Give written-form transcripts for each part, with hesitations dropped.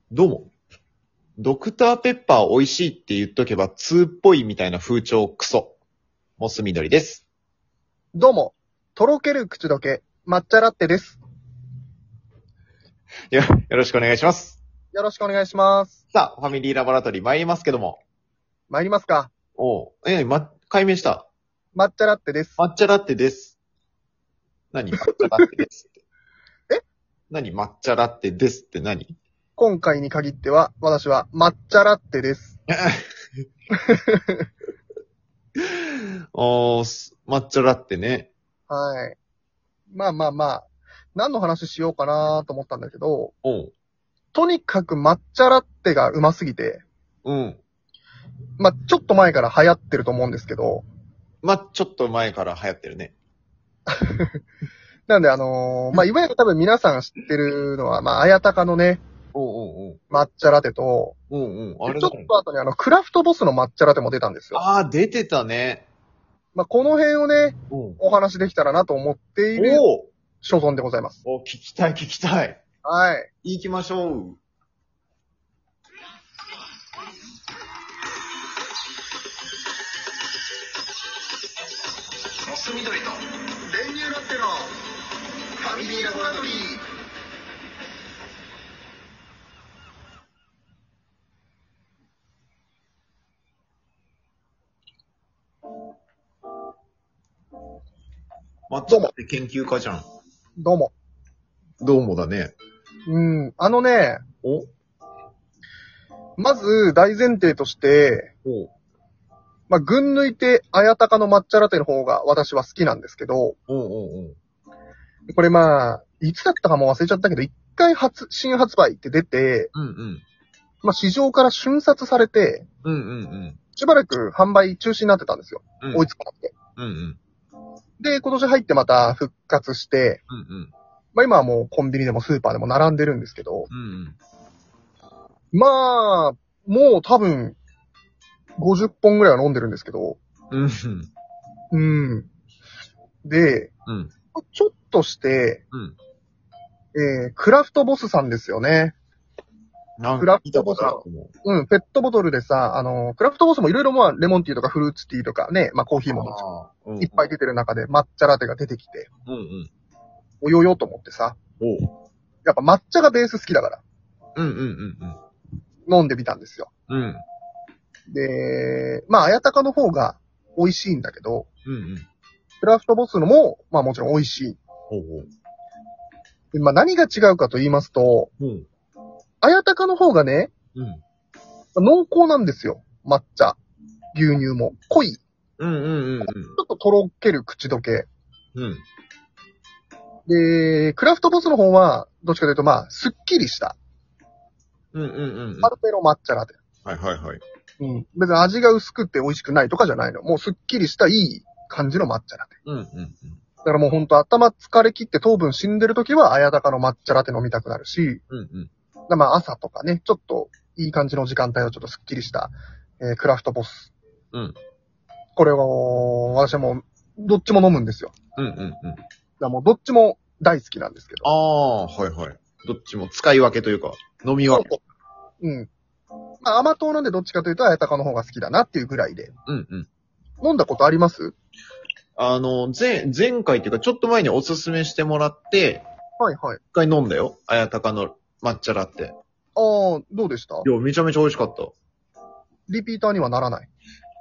どうも。ドクターペッパー美味しいって言っとけば2っぽいみたいな風潮クソ。モス緑です。 どうも、とろける口どけ、抹茶ラッテです。 よろしくお願いします。 よろしくお願いします。 さあ、ファミリーラボラトリー参りますけども。 参りますか。 解明した。 抹茶ラッテです。 抹茶ラッテです。何抹茶ラッテですって。 え何抹茶ラッテですって何今回に限っては、私は抹茶ラッテです。 抹茶ラッテね。 はい。まあ、何の話しようかなと思ったんだけど、とにかく抹茶ラッテがうますぎて、 うん。 ちょっと前から流行ってると思うんですけど、 ちょっと前から流行ってるね。 なんでいわゆる多分皆さん知ってるのは、綾鷹のね、抹茶ラテと、 あれちょっと後にクラフトボスの抹茶ラテも出たんですよ。 出てたね。 この辺をね、お話できたらなと思っている所存でございます。 聞きたい。 はい。 行きましょう。 モス緑と練乳ラッテのファミリーラボラトリー。 抹茶ラテ研究家じゃん。 どうも。 どうもだね。 まず大前提として、群抜いて綾鷹の抹茶ラテの方が私は好きなんですけど、これいつだったかも忘れちゃったけど、一回新発売って出て、市場から瞬殺されて、しばらく販売中止になってたんですよ。追いつかなくて。で、今年入ってまた復活して、今はもうコンビニでもスーパーでも並んでるんですけど、もう多分、50本ぐらいは飲んでるんですけど、で、ちょっとして、クラフトボスさんですよね。クラフトボス。ペットボトルでさ、クラフトボスもいろいろレモンティーとかフルーツティーとかね、コーヒーもいっぱい出てる中で抹茶ラテが出てきて、およよと思ってさ、やっぱ抹茶がベース好きだから、飲んでみたんですよ。で、綾鷹の方が美味しいんだけど、クラフトボスのも、もちろん美味しい。で何が違うかと言いますと、綾鷹の方がね、濃厚なんですよ。抹茶。牛乳も。濃い。ちょっととろける口どけ。で、クラフトボスの方は、どっちかというとすっきりした。パルペロ抹茶ラテ。別に味が薄くて美味しくないとかじゃないの。もうすっきりしたいい感じの抹茶ラテ。だからもうほんと頭疲れ切って糖分死んでる時は綾鷹の抹茶ラテ飲みたくなるし、朝とかね、ちょっといい感じの時間帯をちょっとすっきりした、クラフトボス。これを、私はもう、どっちも飲むんですよ。だからもうどっちも大好きなんですけど。 どっちも使い分けというか、飲み分け。 甘党なんでどっちかというと綾鷹の方が好きだなっていうぐらいで。飲んだことあります？ 前回っていうかちょっと前におすすめしてもらって、一回飲んだよ。綾鷹の抹茶ラテ。 どうでした？ いや、めちゃめちゃ美味しかった。 リピーターにはならない？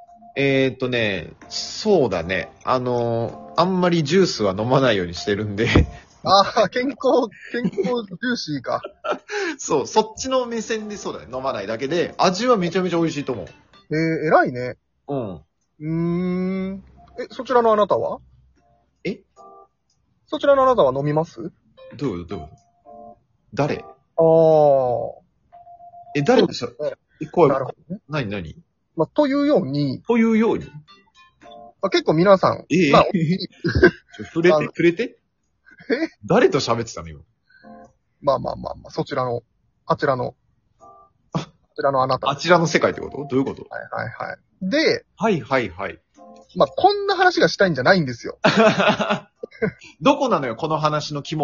そうだね。あんまりジュースは飲まないようにしてるんで。 健康ジューシーか。 そう、そっちの目線でそうだね。飲まないだけで、味はめちゃめちゃ美味しいと思う。 偉いね。そちらのあなたは？そちらのあなたは飲みます？ どういうこと誰？誰でしょ？怖い。なるほどね。何というように。結構皆さん。 触れて誰と喋ってたの今。 そちらの、あちらのあなた。 あちらの世界ってこと？どういうこと？ で、こんな話がしたいんじゃないんですよ。 どこなのよ、この話の肝は。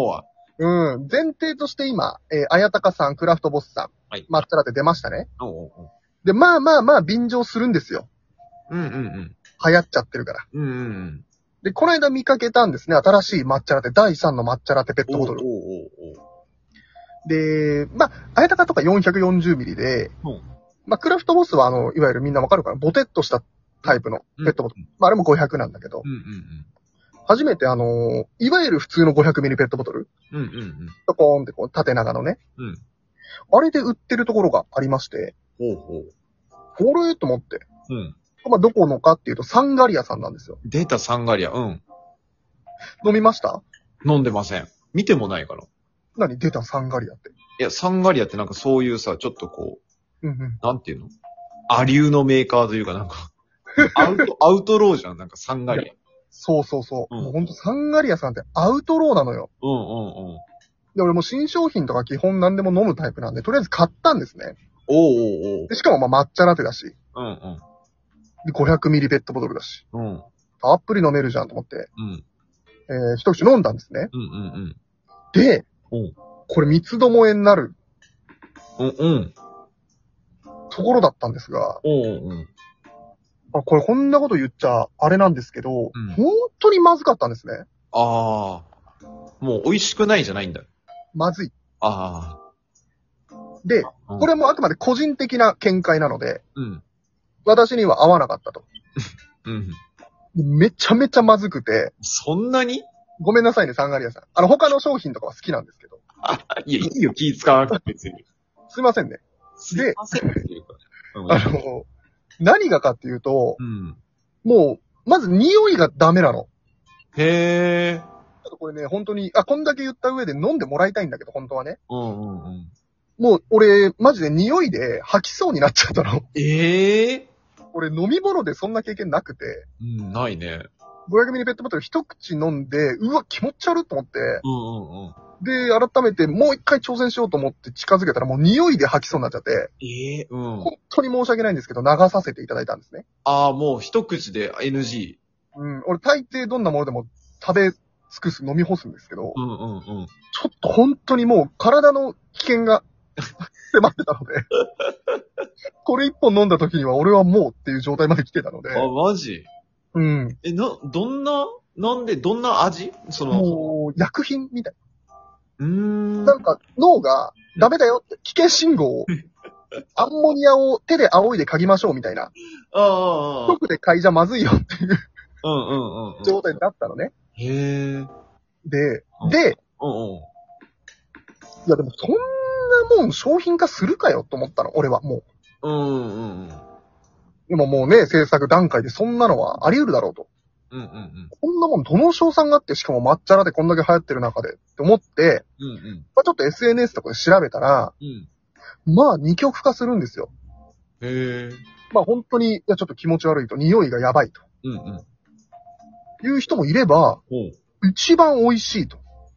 うん。前提として今、あやたかさん、クラフトボスさん、 はい。 抹茶ラテ出ましたね。 おうおうおう。 で、まあまあまあ、便乗するんですよ。 うんうんうん。 流行っちゃってるから。 うんうんうん。 で、この間見かけたんですね。新しい抹茶ラテ、第3の抹茶ラテペットボトル。 おうおうおうおう。 で、まあ、あやたかとか440ミリで、 うん。 まあ、クラフトボスはいわゆるみんなわかるかな、ボテッとしたタイプのペットボトル。まあ、あれも500なんだけど、 うんうん初めていわゆる普通の500ミリペットボトル、 うん。うんうんうん。 ポーンってこう縦長のね、 うん。 あれで売ってるところがありまして、 ほうほう。 これと思って、 うん。 まあ、どこのかっていうと、サンガリアさんなんですよ。 出たサンガリア。うん。 飲みました？ 飲んでません。見てもないから。 何出たサンガリアって。 いや、サンガリアってなんかそういうさ、ちょっとこう、 うんうん。 なんていうのアリューのメーカーというかなんか、アウトローじゃん、なんかサンガリア。 そうそうそう。 うんもうほんとサンガリアさんってアウトローなのよ。 うんうんうん。 で、俺も新商品とか基本何でも飲むタイプなんで、とりあえず買ったんですね。 おうおうおう。 で、しかもまあ抹茶ラテだし、 うんうん。 で、500ミリペットボトルだし、 うんたっぷり飲めるじゃんと思って、 うん一口飲んだんですね。 うんうんで、 うんこれ三つどもえになるうんうんところだったんですが、 おううんこれこんなこと言っちゃあれなんですけど、 うん本当にまずかったんですね。 ああ。もう美味しくないじゃないんだ。 まずい。 あで、 あ。 これもあくまで個人的な見解なので、 うん私には合わなかったと。 うん。 めちゃめちゃまずくて、 そんなにごめんなさいね、サンガリアさん。他の商品とかは好きなんですけど。 いや、いいよ、気使わなくて別に。 すいませんね。 すいませんっていうか。うん何がかっていうと、 うん。 もう、まず匂いがダメなの。 へえ。 ちょっとこれね、本当に、こんだけ言った上で飲んでもらいたいんだけど、本当はね。 うんうんうん。 もう、俺、マジで匂いで吐きそうになっちゃったの。 ええ俺、飲み物でそんな経験なくて、 うん、ないね。 500ミリペットボトル一口飲んで、うわ、気持ち悪いと思って、 うんうんうん。 で、改めてもう一回挑戦しようと思って近づけたらもう匂いで吐きそうになっちゃって、 ええうん。 本当に申し訳ないんですけど、流させていただいたんですね。 ああ、もう一口で NG。 うん、俺大抵どんなものでも食べ尽くす、飲み干すんですけど、 うんうんうん。 ちょっと本当にもう体の危険が迫ってたので、これ一本飲んだ時には俺はもうっていう状態まで来てたので、 あ、マジうん。 どんな味もう、薬品みたい。 うーん。 なんか脳がダメだよって危険信号を、アンモニアを手で仰いで嗅ぎましょうみたいな。 ああ。 直で嗅いじゃまずいよっていううんうんうんうん。 状態だったのね。 へえ。 で、 うんで、 うんうん。 いやでもそんなもん商品化するかよと思ったの、俺はもう。 うんうんうん。 でももうね、制作段階でそんなのはあり得るだろうと。 うんうんうん。 こんなもんどの賞賛があって、しかも抹茶ラテこんだけ流行ってる中でって思って、 うんうん。 ちょっと SNS とかで調べたら、 うん。 まあ二極化するんですよ。 へえ。 まあ本当に、いやちょっと気持ち悪いと、匂いがやばいとうんうん。 いう人もいれば、 ほう。 一番美味しいと。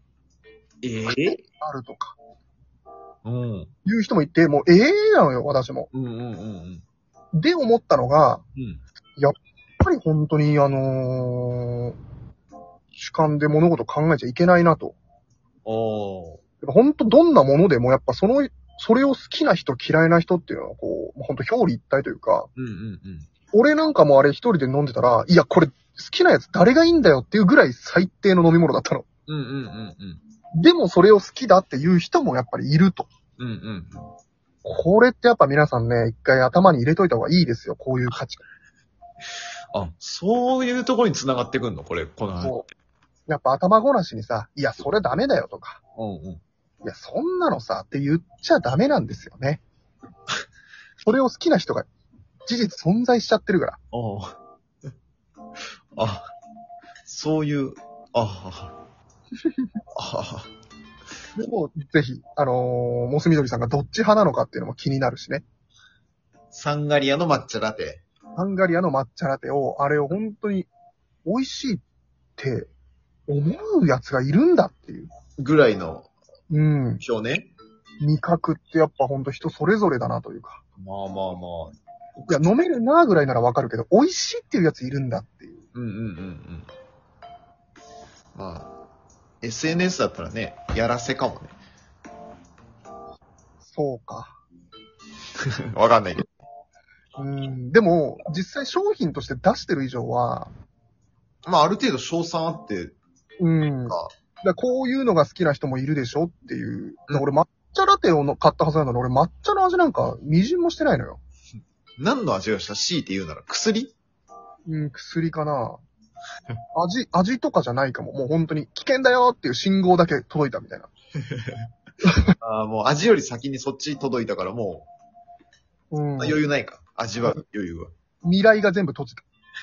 あるとか。 うん。 いう人もいて、もうなのよ、私も。 うんうんうんで思ったのが、 うん。うん。 やっぱり本当に主観で物事考えちゃいけないなと。 ああ。 本当どんなものでもやっぱそれを好きな人嫌いな人っていうのはこう、本当表裏一体というか、 うんうんうん。 俺なんかもあれ一人で飲んでたら、いやこれ好きなやつ誰がいいんだよっていうぐらい最低の飲み物だったの。 うんうんうんうん。 でもそれを好きだっていう人もやっぱりいると。 うんうん。 これってやっぱ皆さんね、一回頭に入れといた方がいいですよ、こういう価値観。 あ、そういうところに繋がってくんのこの話。 そう。やっぱ頭ごなしにさ、いや、それダメだよとか、 うんうん。 いや、そんなのさ、って言っちゃダメなんですよね。それを好きな人が事実存在しちゃってるから。 あ、そういう、ああ。 でも、ぜひ、モスミドリさんがどっち派なのかっていうのも気になるしね。 サンガリアの抹茶ラテ。 ハンガリアの抹茶ラテを、あれを本当に美味しいって思うやつがいるんだっていう。 ぐらいのうん。 表ね。 味覚ってやっぱ本当人それぞれだなというか。 まあまあまあ。 いや、飲めるなぐらいならわかるけど、美味しいっていうやついるんだっていう。 うんうんうんうん。まあ、 SNS だったらね、やらせかもね。 そうか。 わかんないけど。 でも、実際商品として出してる以上は、 まあ、ある程度賞賛あって、 こういうのが好きな人もいるでしょっていう。俺抹茶ラテを買ったはずなのに、俺抹茶の味なんか、みじんもしてないのよ。 何の味がした？ C って言うなら薬？ 薬かな。味とかじゃないかも。もう本当に危険だよっていう信号だけ届いたみたいな。 もう味より先にそっち届いたからもう、余裕ないか。味は余裕は。 未来が全部閉じた。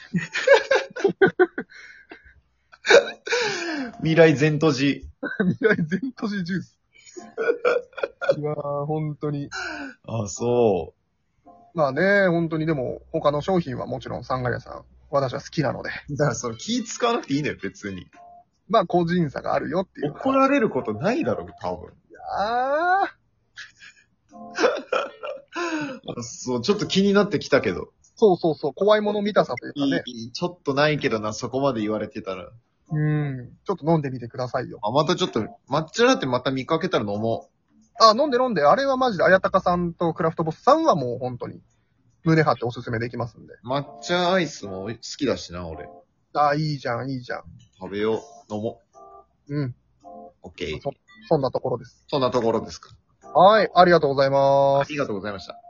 未来全閉じ。 未来全閉じジュース。いやー、本当に。 あ、そう。 まあね、本当にでも、他の商品はもちろんサンガリアさん、私は好きなので。 だからその気使わなくていいのよ、別に。 まあ個人差があるよっていう。 怒られることないだろ、多分。そう、ちょっと気になってきたけど。 そうそうそう、怖いもの見たさというかね。 ちょっとないけどな、そこまで言われてたら。 ちょっと飲んでみてくださいよ。 またちょっと、抹茶ラテまた見かけたら飲もう。飲んで飲んで。あれはマジで、あやたかさんとクラフトボスさんはもう本当に、胸張っておすすめできますんで。 抹茶アイスも好きだしな、俺。 いいじゃん、いいじゃん。 食べよう、飲もう。 オッケー。 そんなところです。 そんなところですか。 はい、ありがとうございます。 ありがとうございました。